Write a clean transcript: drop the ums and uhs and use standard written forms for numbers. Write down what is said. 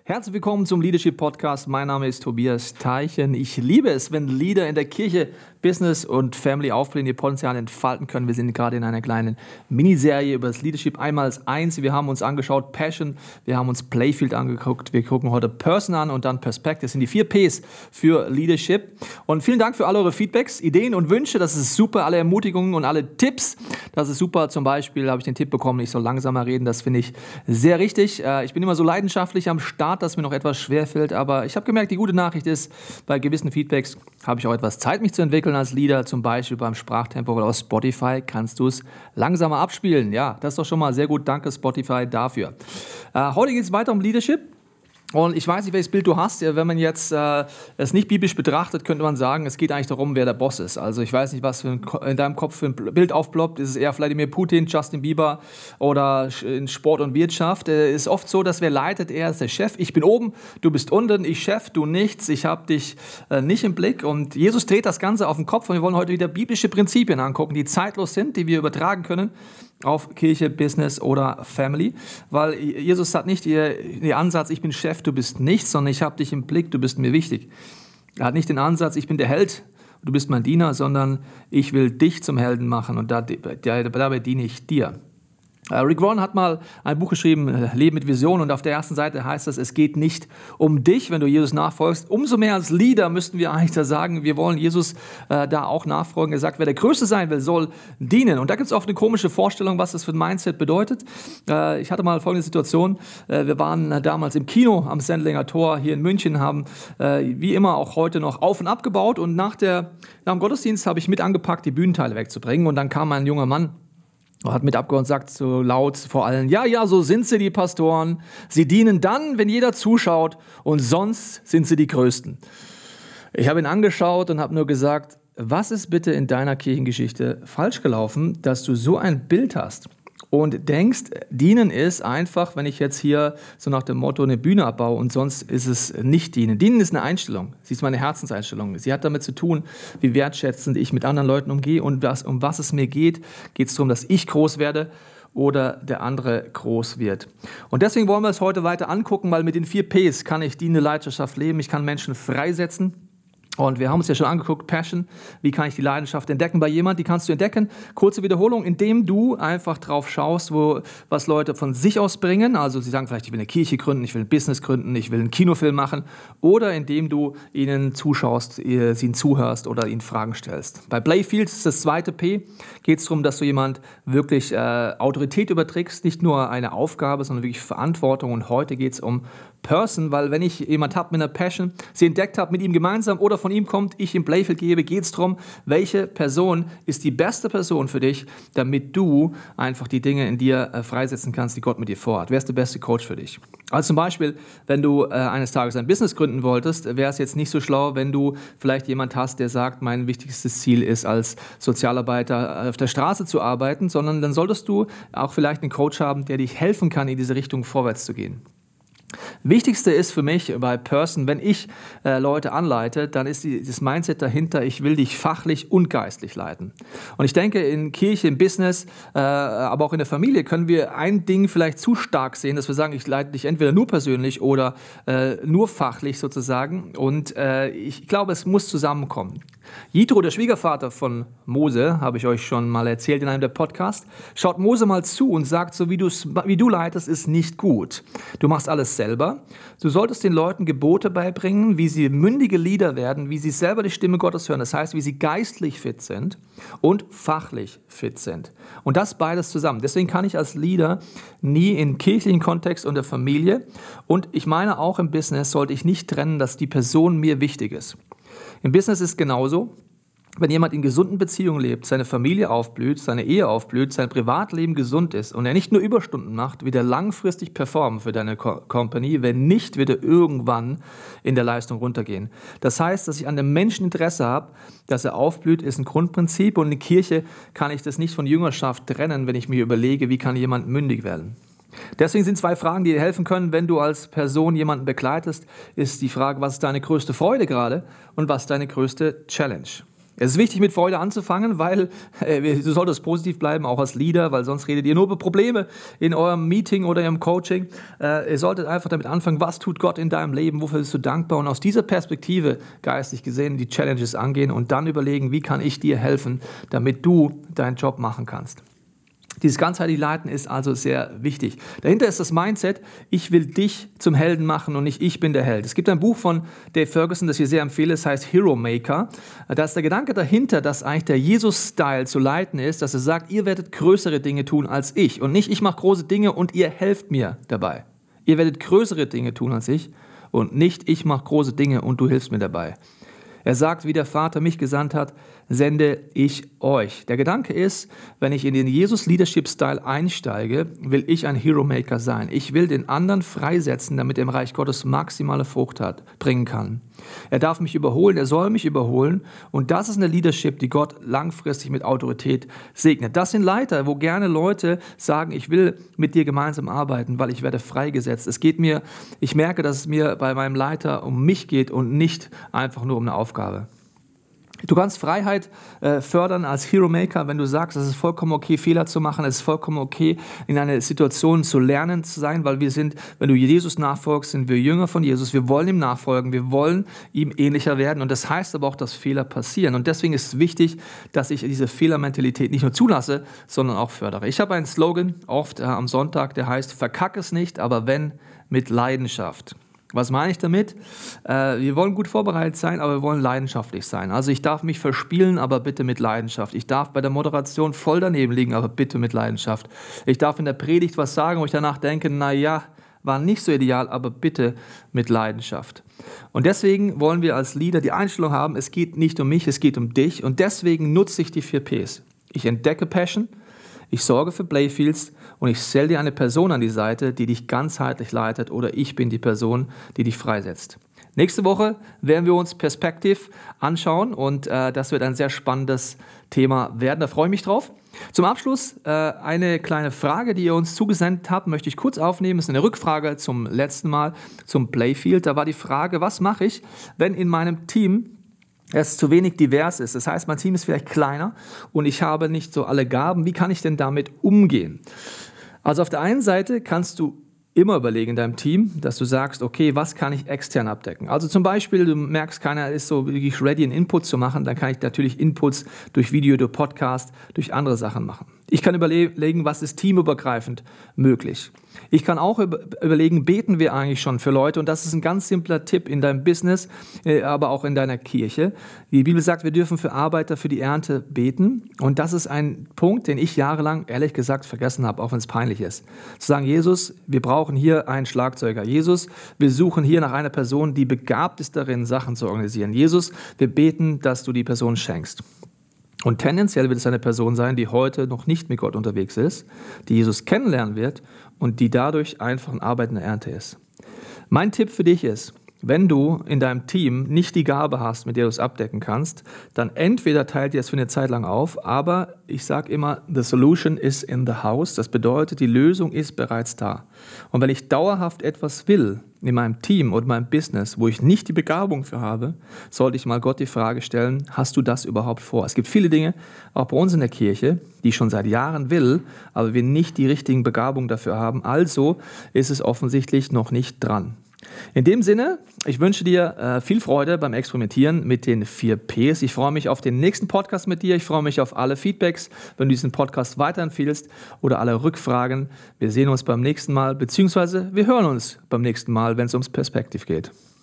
Herzlich willkommen zum Leadership Podcast. Mein Name ist Tobias Teichen. Ich liebe es, wenn Leader in der Kirche, Business und Family aufblühen, ihr Potenzial entfalten können. Wir sind gerade in einer kleinen Miniserie über das Leadership 1x1. Wir haben uns angeschaut Passion, wir haben uns Playfield angeguckt, wir gucken heute Person an und dann Perspective. Das sind die 4 Ps für Leadership. Und vielen Dank für alle eure Feedbacks, Ideen und Wünsche. Das ist super. Alle Ermutigungen und alle Tipps. Das ist super. Zum Beispiel habe ich den Tipp bekommen, ich soll langsamer reden. Das finde ich sehr richtig. Ich bin immer so leidenschaftlich am Start, dass mir noch etwas schwerfällt, aber ich habe gemerkt, die gute Nachricht ist, bei gewissen Feedbacks habe ich auch etwas Zeit, mich zu entwickeln als Leader, zum Beispiel beim Sprachtempo, weil auf Spotify kannst du es langsamer abspielen. Ja, das ist doch schon mal sehr gut. Danke Spotify dafür. Heute geht es weiter um Leadership. Und ich weiß nicht, welches Bild du hast. Wenn man jetzt es nicht biblisch betrachtet, könnte man sagen, es geht eigentlich darum, wer der Boss ist. Also ich weiß nicht, was in deinem Kopf für ein Bild aufploppt. Ist es eher Wladimir Putin, Justin Bieber oder in Sport und Wirtschaft? Es ist oft so, dass wer leitet, er ist der Chef. Ich bin oben, du bist unten, ich Chef, du nichts. Ich habe dich nicht im Blick. Und Jesus dreht das Ganze auf den Kopf. Und wir wollen heute wieder biblische Prinzipien angucken, die zeitlos sind, die wir übertragen können auf Kirche, Business oder Family. Weil Jesus hat nicht den Ansatz, ich bin Chef, du bist nichts, sondern ich habe dich im Blick, du bist mir wichtig. Er hat nicht den Ansatz, ich bin der Held, du bist mein Diener, sondern ich will dich zum Helden machen und dabei diene ich dir. Rick Warren hat mal ein Buch geschrieben, Leben mit Vision, und auf der ersten Seite heißt es geht nicht um dich, wenn du Jesus nachfolgst. Umso mehr als Leader müssten wir eigentlich da sagen, wir wollen Jesus da auch nachfolgen. Er sagt, wer der Größte sein will, soll dienen. Und da gibt es oft eine komische Vorstellung, was das für ein Mindset bedeutet. Ich hatte mal folgende Situation, wir waren damals im Kino am Sendlinger Tor hier in München, haben wie immer auch heute noch auf und abgebaut, und nach dem Gottesdienst habe ich mit angepackt, die Bühnenteile wegzubringen, und dann kam ein junger Mann, hat mit abgehört und sagt so laut vor allen, ja, so sind sie, die Pastoren. Sie dienen dann, wenn jeder zuschaut, und sonst sind sie die Größten. Ich habe ihn angeschaut und habe nur gesagt, was ist bitte in deiner Kirchengeschichte falsch gelaufen, dass du so ein Bild hast und denkst, dienen ist einfach, wenn ich jetzt hier so nach dem Motto eine Bühne abbaue, und sonst ist es nicht dienen. Dienen ist eine Einstellung. Sie ist meine Herzenseinstellung. Sie hat damit zu tun, wie wertschätzend ich mit anderen Leuten umgehe, und um was es mir geht es darum, dass ich groß werde oder der andere groß wird. Und deswegen wollen wir es heute weiter angucken, weil mit den 4 Ps kann ich dienende Leidenschaft leben, ich kann Menschen freisetzen. Und wir haben uns ja schon angeguckt, Passion, wie kann ich die Leidenschaft entdecken bei jemand? Die kannst du entdecken. Kurze Wiederholung, indem du einfach drauf schaust, was Leute von sich aus bringen. Also sie sagen vielleicht, ich will eine Kirche gründen, ich will ein Business gründen, ich will einen Kinofilm machen. Oder indem du ihnen zuschaust, ihnen zuhörst oder ihnen Fragen stellst. Bei Playfield ist das 2. P, geht es darum, dass du jemand wirklich Autorität überträgst, nicht nur eine Aufgabe, sondern wirklich Verantwortung. Und heute geht es um Person, weil wenn ich jemand habe mit einer Passion, sie entdeckt habe, mit ihm gemeinsam oder von ihm kommt, ich ihm Playfield gebe, geht es darum, welche Person ist die beste Person für dich, damit du einfach die Dinge in dir freisetzen kannst, die Gott mit dir vorhat. Wer ist der beste Coach für dich? Also zum Beispiel, wenn du eines Tages ein Business gründen wolltest, wäre es jetzt nicht so schlau, wenn du vielleicht jemand hast, der sagt, mein wichtigstes Ziel ist, als Sozialarbeiter auf der Straße zu arbeiten, sondern dann solltest du auch vielleicht einen Coach haben, der dich helfen kann, in diese Richtung vorwärts zu gehen. Wichtigste ist für mich bei Person, wenn ich Leute anleite, dann ist das Mindset dahinter, ich will dich fachlich und geistlich leiten. Und ich denke, in Kirche, im Business, aber auch in der Familie können wir ein Ding vielleicht zu stark sehen, dass wir sagen, ich leite dich entweder nur persönlich oder nur fachlich sozusagen. Und ich glaube, es muss zusammenkommen. Jitro, der Schwiegervater von Mose, habe ich euch schon mal erzählt in einem der Podcasts, schaut Mose mal zu und sagt, so wie du leitest, ist nicht gut. Du machst alles selber. Du solltest den Leuten Gebote beibringen, wie sie mündige Leader werden, wie sie selber die Stimme Gottes hören. Das heißt, wie sie geistlich fit sind und fachlich fit sind. Und das beides zusammen. Deswegen kann ich als Leader nie im kirchlichen Kontext und der Familie, und ich meine auch im Business, sollte ich nicht trennen, dass die Person mir wichtig ist. Im Business ist genauso, wenn jemand in gesunden Beziehungen lebt, seine Familie aufblüht, seine Ehe aufblüht, sein Privatleben gesund ist und er nicht nur Überstunden macht, wird er langfristig performen für deine Company. Wenn nicht, wird er irgendwann in der Leistung runtergehen. Das heißt, dass ich an dem Menschen Interesse habe, dass er aufblüht, ist ein Grundprinzip, und in der Kirche kann ich das nicht von Jüngerschaft trennen, wenn ich mir überlege, wie kann jemand mündig werden. Deswegen sind 2 Fragen, die dir helfen können, wenn du als Person jemanden begleitest, ist die Frage, was ist deine größte Freude gerade und was ist deine größte Challenge? Es ist wichtig, mit Freude anzufangen, weil du solltest positiv bleiben, auch als Leader, weil sonst redet ihr nur über Probleme in eurem Meeting oder im Coaching. Ihr solltet einfach damit anfangen, was tut Gott in deinem Leben, wofür bist du dankbar und aus dieser Perspektive geistig gesehen die Challenges angehen und dann überlegen, wie kann ich dir helfen, damit du deinen Job machen kannst. Dieses ganzheitliche Leiten ist also sehr wichtig. Dahinter ist das Mindset, ich will dich zum Helden machen und nicht ich bin der Held. Es gibt ein Buch von Dave Ferguson, das ich sehr empfehle, das heißt Hero Maker. Da ist der Gedanke dahinter, dass eigentlich der Jesus-Style zu leiten ist, dass er sagt, ihr werdet größere Dinge tun als ich und nicht ich mache große Dinge und ihr helft mir dabei. Ihr werdet größere Dinge tun als ich und nicht ich mache große Dinge und du hilfst mir dabei. Er sagt, wie der Vater mich gesandt hat, sende ich euch. Der Gedanke ist, wenn ich in den Jesus-Leadership-Style einsteige, will ich ein Hero-Maker sein. Ich will den anderen freisetzen, damit er im Reich Gottes maximale Frucht bringen kann. Er darf mich überholen, er soll mich überholen. Und das ist eine Leadership, die Gott langfristig mit Autorität segnet. Das sind Leiter, wo gerne Leute sagen, ich will mit dir gemeinsam arbeiten, weil ich werde freigesetzt. Ich merke, dass es mir bei meinem Leiter um mich geht und nicht einfach nur um eine Aufgabe. Du kannst Freiheit fördern als Hero Maker, wenn du sagst, es ist vollkommen okay, Fehler zu machen, es ist vollkommen okay, in einer Situation zu lernen zu sein, weil wenn du Jesus nachfolgst, sind wir Jünger von Jesus, wir wollen ihm nachfolgen, wir wollen ihm ähnlicher werden und das heißt aber auch, dass Fehler passieren und deswegen ist es wichtig, dass ich diese Fehlermentalität nicht nur zulasse, sondern auch fördere. Ich habe einen Slogan oft am Sonntag, der heißt, verkack es nicht, aber wenn, mit Leidenschaft. Was meine ich damit? Wir wollen gut vorbereitet sein, aber wir wollen leidenschaftlich sein. Also ich darf mich verspielen, aber bitte mit Leidenschaft. Ich darf bei der Moderation voll daneben liegen, aber bitte mit Leidenschaft. Ich darf in der Predigt was sagen, wo ich danach denke, naja, war nicht so ideal, aber bitte mit Leidenschaft. Und deswegen wollen wir als Leader die Einstellung haben, es geht nicht um mich, es geht um dich. Und deswegen nutze ich die 4 Ps. Ich entdecke Passion, ich sorge für Playfields und ich stelle dir eine Person an die Seite, die dich ganzheitlich leitet oder ich bin die Person, die dich freisetzt. Nächste Woche werden wir uns Perspective anschauen und das wird ein sehr spannendes Thema werden. Da freue ich mich drauf. Zum Abschluss eine kleine Frage, die ihr uns zugesendet habt, möchte ich kurz aufnehmen. Das ist eine Rückfrage zum letzten Mal, zum Playfield. Da war die Frage, was mache ich, wenn in meinem Team es zu wenig divers ist. Das heißt, mein Team ist vielleicht kleiner und ich habe nicht so alle Gaben. Wie kann ich denn damit umgehen? Also auf der einen Seite kannst du immer überlegen in deinem Team, dass du sagst, okay, was kann ich extern abdecken? Also zum Beispiel, du merkst, keiner ist so wirklich ready, einen Input zu machen, dann kann ich natürlich Inputs durch Video, durch Podcast, durch andere Sachen machen. Ich kann überlegen, was ist teamübergreifend möglich. Ich kann auch überlegen, beten wir eigentlich schon für Leute? Und das ist ein ganz simpler Tipp in deinem Business, aber auch in deiner Kirche. Die Bibel sagt, wir dürfen für Arbeiter für die Ernte beten. Und das ist ein Punkt, den ich jahrelang, ehrlich gesagt, vergessen habe, auch wenn es peinlich ist. Zu sagen, Jesus, wir brauchen hier einen Schlagzeuger. Jesus, wir suchen hier nach einer Person, die begabt ist darin, Sachen zu organisieren. Jesus, wir beten, dass du die Person schenkst. Und tendenziell wird es eine Person sein, die heute noch nicht mit Gott unterwegs ist, die Jesus kennenlernen wird und die dadurch einfach ein Arbeit in der Ernte ist. Mein Tipp für dich ist, wenn du in deinem Team nicht die Gabe hast, mit der du es abdecken kannst, dann entweder teilt ihr es für eine Zeit lang auf, aber ich sage immer, the solution is in the house. Das bedeutet, die Lösung ist bereits da. Und wenn ich dauerhaft etwas will in meinem Team und meinem Business, wo ich nicht die Begabung für habe, sollte ich mal Gott die Frage stellen, hast du das überhaupt vor? Es gibt viele Dinge, auch bei uns in der Kirche, die ich schon seit Jahren will, aber wir nicht die richtigen Begabungen dafür haben. Also ist es offensichtlich noch nicht dran. In dem Sinne, ich wünsche dir viel Freude beim Experimentieren mit den 4 Ps. Ich freue mich auf den nächsten Podcast mit dir. Ich freue mich auf alle Feedbacks, wenn du diesen Podcast weiterempfiehlst oder alle Rückfragen. Wir sehen uns beim nächsten Mal, beziehungsweise wir hören uns beim nächsten Mal, wenn es ums Perspektiv geht.